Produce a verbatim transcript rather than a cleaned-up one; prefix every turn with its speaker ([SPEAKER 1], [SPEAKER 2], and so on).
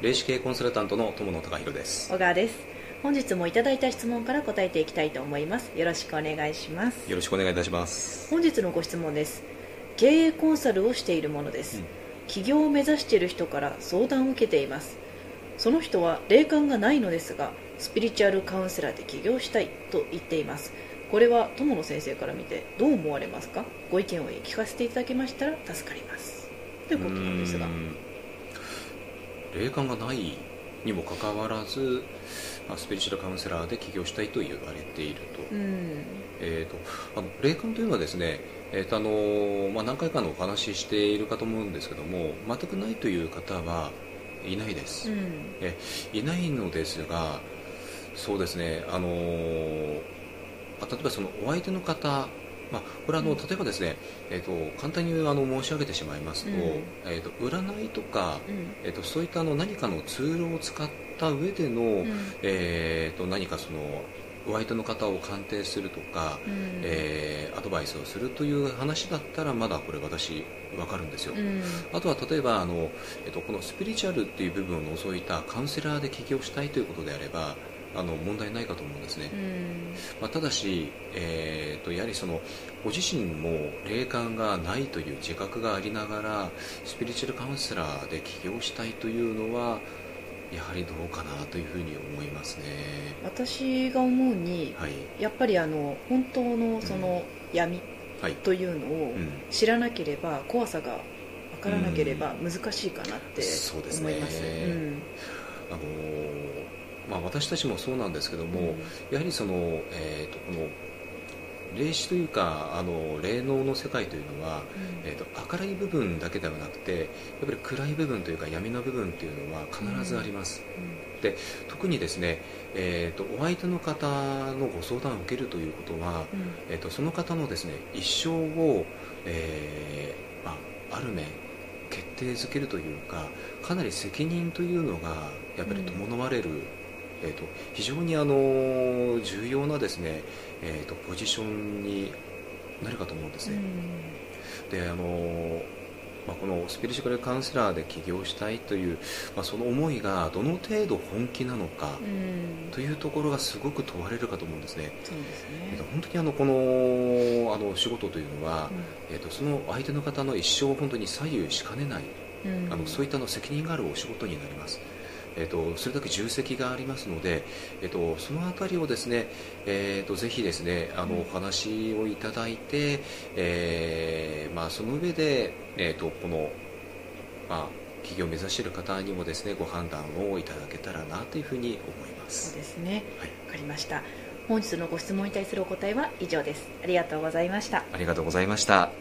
[SPEAKER 1] 霊視系コンサルタントの友野貴弘です。
[SPEAKER 2] 小川です。本日もいただいた質問から答えていきたいと思います。よろしくお願いします。
[SPEAKER 1] よろしくお願いいたします。
[SPEAKER 2] 本日のご質問です。経営コンサルをしているものです、うん、起業を目指している人から相談を受けています。その人は霊感がないのですが、スピリチュアルカウンセラーで起業したいと言っています。これは友野先生から見てどう思われますか？ご意見を聞かせていただけましたら助かります、ということなんですが、
[SPEAKER 1] 霊感がないにもかかわらず、まあ、スピリチュアルカウンセラーで起業したいと言われていると、うんえー、とあの霊感というのはですね、えーとあのまあ、何回かのお話ししているかと思うんですけども、全くないという方はいないです、うん、えいないのですが、そうですね、あの例えばそのお相手の方、まあ、これはあの、うん、例えばですね、えー、と簡単にあの申し上げてしまいますと、うんえー、と占いとか、うんえー、とそういったあの何かのツールを使った上での、うんえー、と何かそのお相手の方を鑑定するとか、うんえー、アドバイスをするという話だったらまだこれ私分かるんですよ、うん、あとは例えばあの、えー、とこのスピリチュアルっていう部分を除いたカウンセラーで起業したいということであればあの問題ないかと思うんですね、うんまあ、ただし、えー、とやはりそのご自身も霊感がないという自覚がありながらスピリチュアルカウンセラーで起業したいというのはやはりどうかなというふうに思いますね。
[SPEAKER 2] 私が思うに、はい、やっぱりあの本当のその闇というのを知らなければ、怖さが分からなければ難しいかなって思います。
[SPEAKER 1] そうですね、うんあのまあ、私たちもそうなんですけども、うん、やはりその、えー、とこの霊視というかあの霊能の世界というのは、うんえー、と明るい部分だけではなくてやっぱり暗い部分というか闇の部分というのは必ずあります、うんうん、で特にですね、えー、とお相手の方のご相談を受けるということは、うんえー、とその方のですね一生を、えーまあ、ある面決定づけるというかかなり責任というのがやっぱり伴われる、うんえー、と非常にあの重要なですね、えー、とポジションになるかと思うんですね、うん、であの、まあ、このスピリチュアルカウンセラーで起業したいという、まあ、その思いがどの程度本気なのかというところがすごく問われるかと思うんですね。
[SPEAKER 2] そうですね、
[SPEAKER 1] えー、と本当にあのこの、あの仕事というのは、うんえー、とその相手の方の一生を本当に左右しかねない、うん、あのそういったの責任があるお仕事になります。えー、とそれだけ重責がありますので、えー、とそのあたりをですね、えー、とぜひですねあのお話をいただいて、えーまあ、その上で、えー、とこの、まあ、企業を目指している方にもですねご判断をいただけたらなというふうに思います。
[SPEAKER 2] そうですね、はい、分かりました。本日のご質問に対するお答えは以上です。ありがとうございました。
[SPEAKER 1] ありがとうございました。